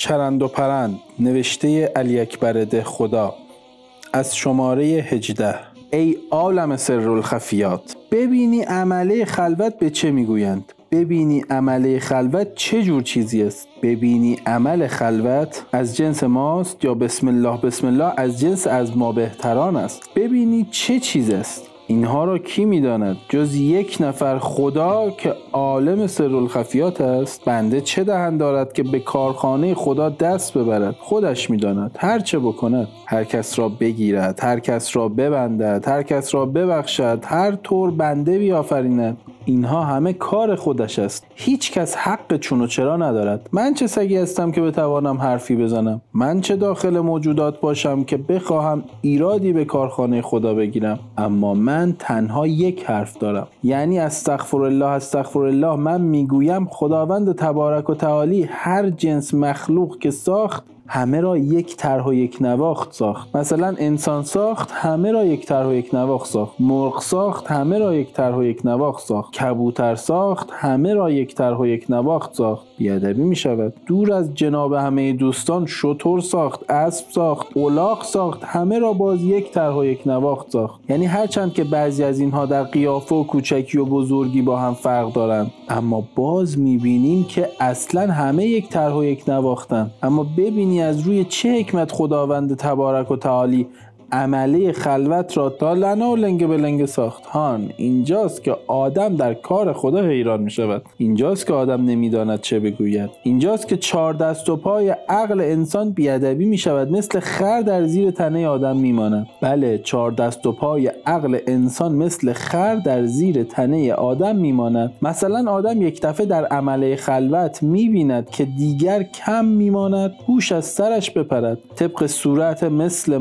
چرند و پرند نوشته علی اکبر دهخدا از شماره 18. ای عالم سرالخفیات، ببینی عمله خلوت به چه میگویند؟ ببینی عمله خلوت چه جور چیزی است؟ ببینی عمل خلوت از جنس ماست یا بسم الله بسم الله از جنس از ما بهتران است؟ ببینی چه چیز است؟ اینها را کی میداند جز یک نفر، خدا که عالم سرالخفیات است؟ بنده چه دهن دارد که به کارخانه خدا دست ببرد؟ خودش میداند هر چه بکند، هر کس را بگیرد، هر کس را ببندد، هر کس را ببخشد، هر طور بنده بیافریند. اینها همه کار خودش است. هیچ کس حق چون و چرا ندارد. من چه سگی هستم که بتوانم حرفی بزنم؟ من چه داخل موجودات باشم که بخواهم ایرادی به کارخانه خدا بگیرم؟ اما من تنها یک حرف دارم، یعنی استغفرالله استغفرالله. من میگویم خداوند تبارک و تعالی هر جنس مخلوق که ساخت همه را یک طرح و یک نواخت ساخت. مثلا انسان ساخت، همه را یک طرح و یک نواخت ساخت. مرغ ساخت، همه را یک طرح و یک نواخت ساخت. کبوتر ساخت، همه را یک طرح و یک نواخت ساخت. بیادبی می شود. دور از جناب همه دوستان شتر ساخت، اسب ساخت، الاغ ساخت، همه را باز یک طرح و یک نواخت ساخت. یعنی هرچند که بعضی از اینها در قیافه و کوچکی و بزرگی با هم فرق دارند، اما باز می بینیم که اصلا همه یک طرح و یک نواختن. اما ببینی از روی چه حکمت خداوند تبارک و تعالی عمله خلوت را تا لنا و لنگ به لنگ ساخت. هان اینجاست که آدم در کار خدا حیران می شود. اینجاست که آدم نمیداند چه بگوید. اینجاست که 4 دست و پای عقل انسان بیادبی می شود، مثل خر در زیر تنه آدم می ماند. بله، 4 دست و پای عقل انسان مثل خر در زیر تنه آدم می ماند. مثلا آدم یک دفعه در عمله خلوت می بیند که دیگر کم می ماند، هوش از سرش بپرد. طبق صورت مثل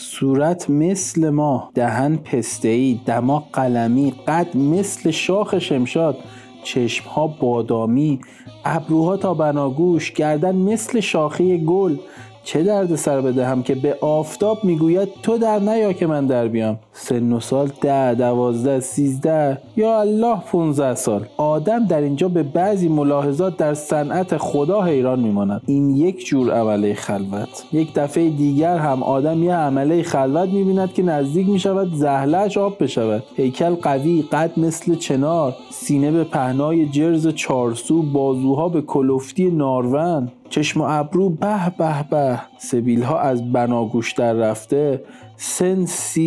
ما، دهن پسته‌ای، دماغ قلمی، قد مثل شاخ شمشاد، چشمها بادامی، ابروها تا بناگوش، گردن مثل شاخه گل. چه درد سر بدهم که به آفتاب میگوید تو در نیا که من در بیام. سن و سال 10 12 13 یا الله 15 سال. آدم در اینجا به بعضی ملاحظات در صنعت خدا حیران میماند. این یک جور عمله خلوت. یک دفعه دیگر هم آدم یه عمله خلوت میبیند که نزدیک میشود زهله‌اش آب بشود. هیکل قوی، قد مثل چنار، سینه به پهنای جرز 4 سو، بازوها به کلفتی نارون، چشم و ابرو به به به، سبیلها از بناگوش در رفته، سن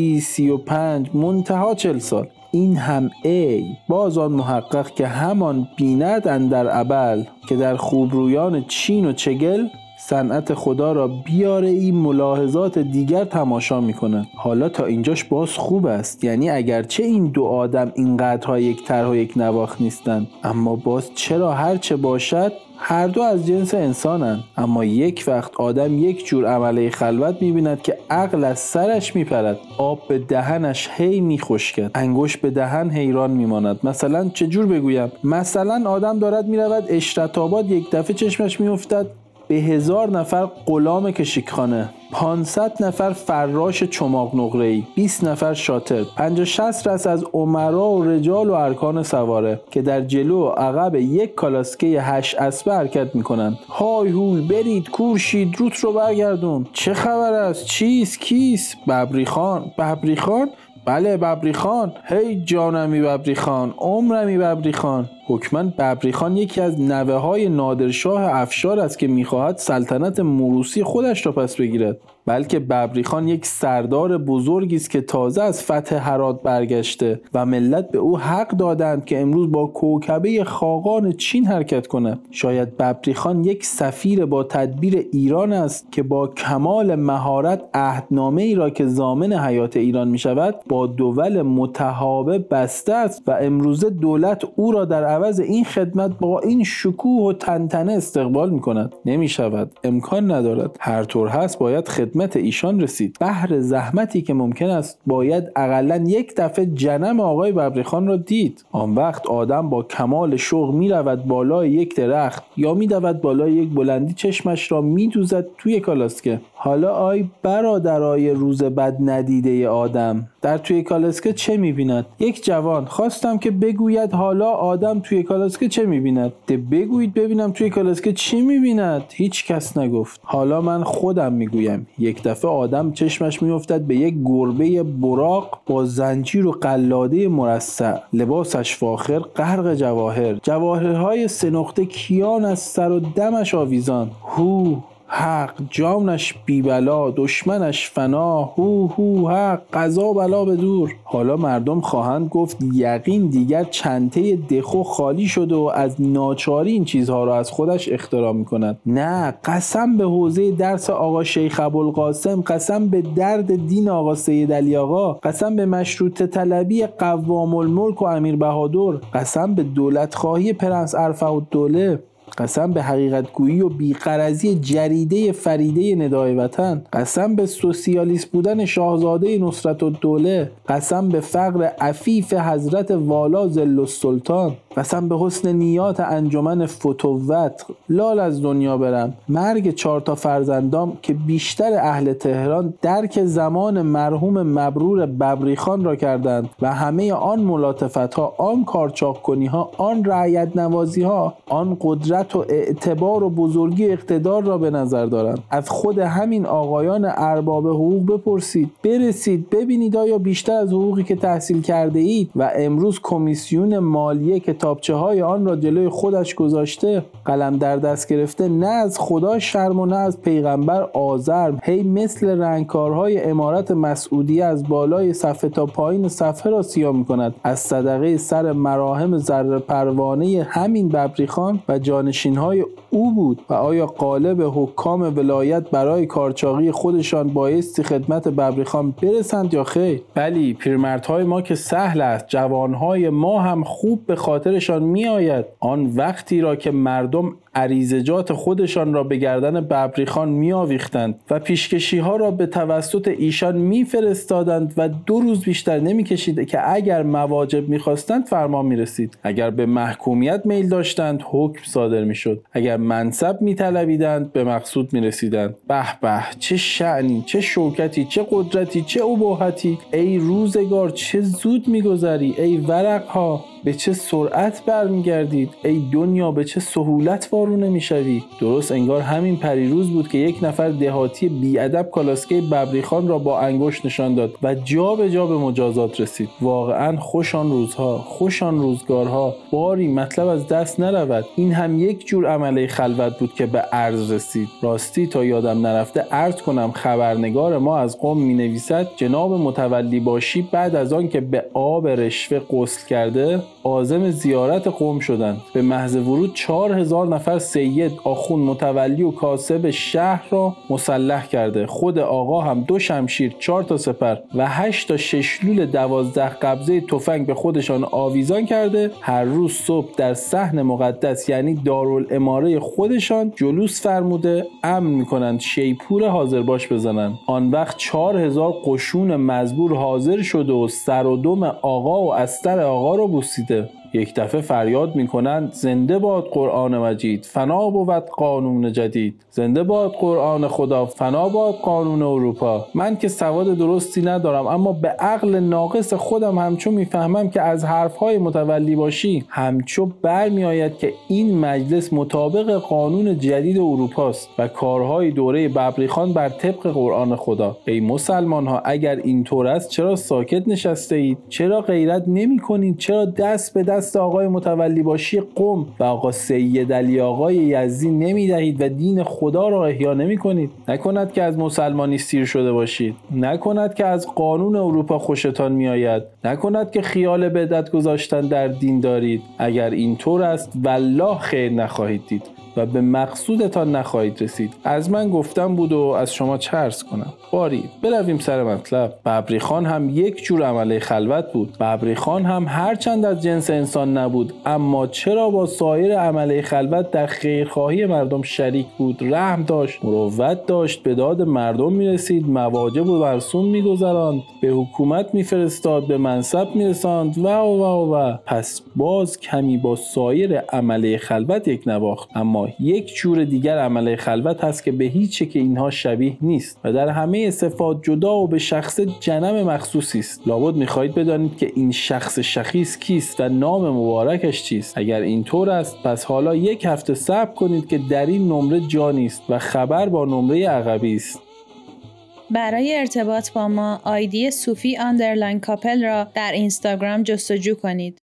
30-35 منتها 40 سال. این هم ای باز آن محقق که همان بیند اندر عبل، که در خوبرویان چین و چگل صنعت خدا را بیاره این ملاحظات دیگر تماشا میکنه. حالا تا اینجاش باز خوب است، یعنی اگرچه این دو آدم اینقدرها یک طرح و یک نواخت نیستند، اما باز چرا هر چه باشد هر دو از جنس انسانن. اما یک وقت آدم یک جور عمله خلوت میبیند که عقل از سرش میپرد، آب به دهنش هی میخشکد، انگشت به دهن حیران میماند. مثلا چه جور بگویم؟ مثلا آدم دارد میرود اشرت آباد، یک دفعه چشمش میافتد به 1000 نفر غلام کشیکخانه، 500 نفر فراش چماق نقره‌ای، 20 نفر شاطر، 50-60 رأس از امرا و رجال و ارکان سواره که در جلو و عقب یک کالاسکه 8 اسبه حرکت میکنند. های هوی برید کورشید روت رو برگردون. چه خبر است؟ چیست؟ کیست؟ ببریخان. ببریخان؟ بله ببریخان. هی جانمی ببریخان، عمرمی ببریخان. حکماً ببریخان یکی از نوه های نادرشاه افشار است که میخواهد سلطنت موروثی خودش را پس بگیرد. بلکه ببریخان یک سردار بزرگی است که تازه از فتح هرات برگشته و ملت به او حق دادند که امروز با کوکبه خاقان چین حرکت کند. شاید ببریخان یک سفیر با تدبیر ایران است که با کمال مهارت عهدنامه ای را که ضامن حیات ایران می شود با دول متهابه بسته است و امروزه دولت او را در عوض این خدمت با این شکوه و تنتنه استقبال می کند. نمی شود، امکان ندارد. هر طور هست باید خدمت ایشان رسید. بهر زحمتی که ممکن است باید اقلا یک دفعه جنم آقای ببریخان را دید. آن وقت آدم با کمال شوق می رود بالای یک درخت یا می دود بالای یک بلندی، چشمش را می دوزد توی کالاسکه. حالا آی برادرای روز بد ندیده آدم، در توی کالسکه چه می‌بیند؟ یک جوان. خواستم که بگوید حالا آدم توی کالسکه چه می‌بیند؟ ده بگویید ببینم توی کالسکه چی می‌بیند؟ هیچ کس نگفت. حالا من خودم میگویم. یک دفعه آدم چشمش میافتد به یک گربه براق با زنجیر و قلاده مرصع، لباسش فاخر غرق جواهر، جواهرهای سه نقطه کیان از سر و دمش آویزان. هو حق، جانش بیبلا، دشمنش فنا، هو حق، قضا بلا به دور. حالا مردم خواهند گفت یقین دیگر چنته دخو خالی شده و از ناچاری این چیزها را از خودش اختراع می‌کند. نه، قسم به حوزه درس آقا شیخ ابوالقاسم، قسم به درد دین آقا سید علی آقا، قسم به مشروطه طلبی قوام الملک و امیر بهادر، قسم به دولت خواهی پرنس ارفع الدوله، قسم به حقیقت گویی و بی‌غرضی جریده فریده ندای وطن، قسم به سوسیالیست بودن شاهزاده نصرت الدوله، قسم به فقر عفیف حضرت والا ظل السلطان، قسم به حسن نیات انجمن فتوت، لال از دنیا برم. مرگ 4 تا فرزندام که بیشتر اهل تهران درک زمان مرحوم مبرور ببریخان را کردند و همه آن ملاطفت ها، آن کارچاق کنی ها، آن رعیت نوازی ها، آن قدرت و اعتبار و بزرگی اقتدار را به نظر دارند. از خود همین آقایان ارباب حقوق بپرسید، برسید ببینید آیا بیشتر از حقوقی که تحصیل کرده اید و امروز کمیسیون مالیه کتابچه های آن را جلوی خودش گذاشته، قلم در دست گرفته، نه از خدا شرم و نه از پیغمبر آزرم، هی مثل رنگکارهای امارت مسعودیه از بالای صفحه تا پایین صفحه را سیاه می‌کند، از صدقه سر مراهم ذره پروانه همین ببریخان و جانشینهای او بود. و آیا قالب حکام ولایت برای کارچاقی خودشان بایستی خدمت ببریخان برسند یا خیر؟ بلی، پیرمردهای ما که سهل است، جوانهای ما هم خوب به خاطرشان می آید آن وقتی را که مردم عریضجات خودشان را به گردن ببریخان می آویختند و پیشکشی ها را به توسط ایشان می فرستادند و 2 روز بیشتر نمی کشید که اگر مواجب می خواستند فرمان می رسید، اگر به محکومیت میل داشتند حکم صادر می شد، اگر منصب می طلبیدند به مقصود می رسیدند. به به، چه شأنی، چه شوکتی، چه قدرتی، چه ابهتی! ای روزگار چه زود می گذری، ای ورق ها به چه سرعت برمیگردید، ای دنیا به چه سهولت وارونه میشوی. درست انگار همین پریروز بود که یک نفر دهاتی بیادب کالاسکه ببریخان را با انگشت نشان داد و جا به جا به مجازات رسید. واقعا خوش آن روزها، خوش آن روزگارها، باری مطلب از دست نرود. این هم یک جور عمله خلوت بود که به عرض رسید. راستی تا یادم نرفته عرض کنم خبرنگار ما از قم می نویسد جناب متولی باشی بعد از آن که به آب رشوه غسل کرده عازم زیارت قم شدند. به محض ورود 4000 نفر سید، آخوند، متولی و کاسب شهر را مسلح کرده. خود آقا هم 2 شمشیر، 4 تا سپر و 8 تا 6 لول 12 قبضه تفنگ به خودشان آویزان کرده. هر روز صبح در صحن مقدس یعنی دارالاماره خودشان جلوس فرموده امر میکنند شیپور حاضر باش بزنند. آن وقت 4000 قشون مزبور حاضر شده و سر و دم آقا و استر آقا را بوسیده. یک دفعه فریاد میکنند زنده باد قرآن مجید، فنا بود قانون جدید. زنده باد قرآن خدا، فنا باد قانون اروپا. من که سواد درستی ندارم اما به عقل ناقص خودم همچو میفهمم که از حرفهای متولی باشی همچو برمی آید که این مجلس مطابق قانون جدید اروپاست و کارهای دوره ببریخان بر طبق قرآن خدا. ای مسلمان ها، اگر اینطور است چرا ساکت نشسته اید؟ چرا غیرت نمی کنید؟ چرا دست به دست آقای متولی باشی قم و آقا سید علی آقای یزدی نمی دهید و دین خدا را احیا نمی کنید؟ نکند که از مسلمانی سیر شده باشید، نکند که از قانون اروپا خوشتان می آید، نکند که خیال بدعت گذاشتن در دین دارید. اگر اینطور است والله خیر نخواهید دید و به مقصودتان نخواهید رسید. از من گفتم بود و از شما چه عرض کنم. باری برویم سر مطلب. ببریخان هم یک جور عمله خلوت بود. ببریخان هم هرچند از جنس انسان نبود اما چرا با سایر عمله خلوت در خیرخواهی مردم شریک بود، رحم داشت، مروت داشت، به داد مردم میرسید، مواجب و مرسوم میگذراند، به حکومت میفرستاد، به منصب میرساند و پس باز کمی با سایر عمله خلوت یک نواخت. اما اما یک جور دیگر عمل خلوت هست که به هیچ که اینها شبیه نیست و در همه صفات جدا و به شخص جنم مخصوصی است. لابد می‌خواهید بدانید که این شخص شخیص کیست و نام مبارکش چیست. اگر اینطور است پس حالا یک هفته صبر کنید که در این نمره جانی است و خبر با نمره عقبی است. برای ارتباط با ما آیدی صوفی _ کاپل را در اینستاگرام جستجو کنید.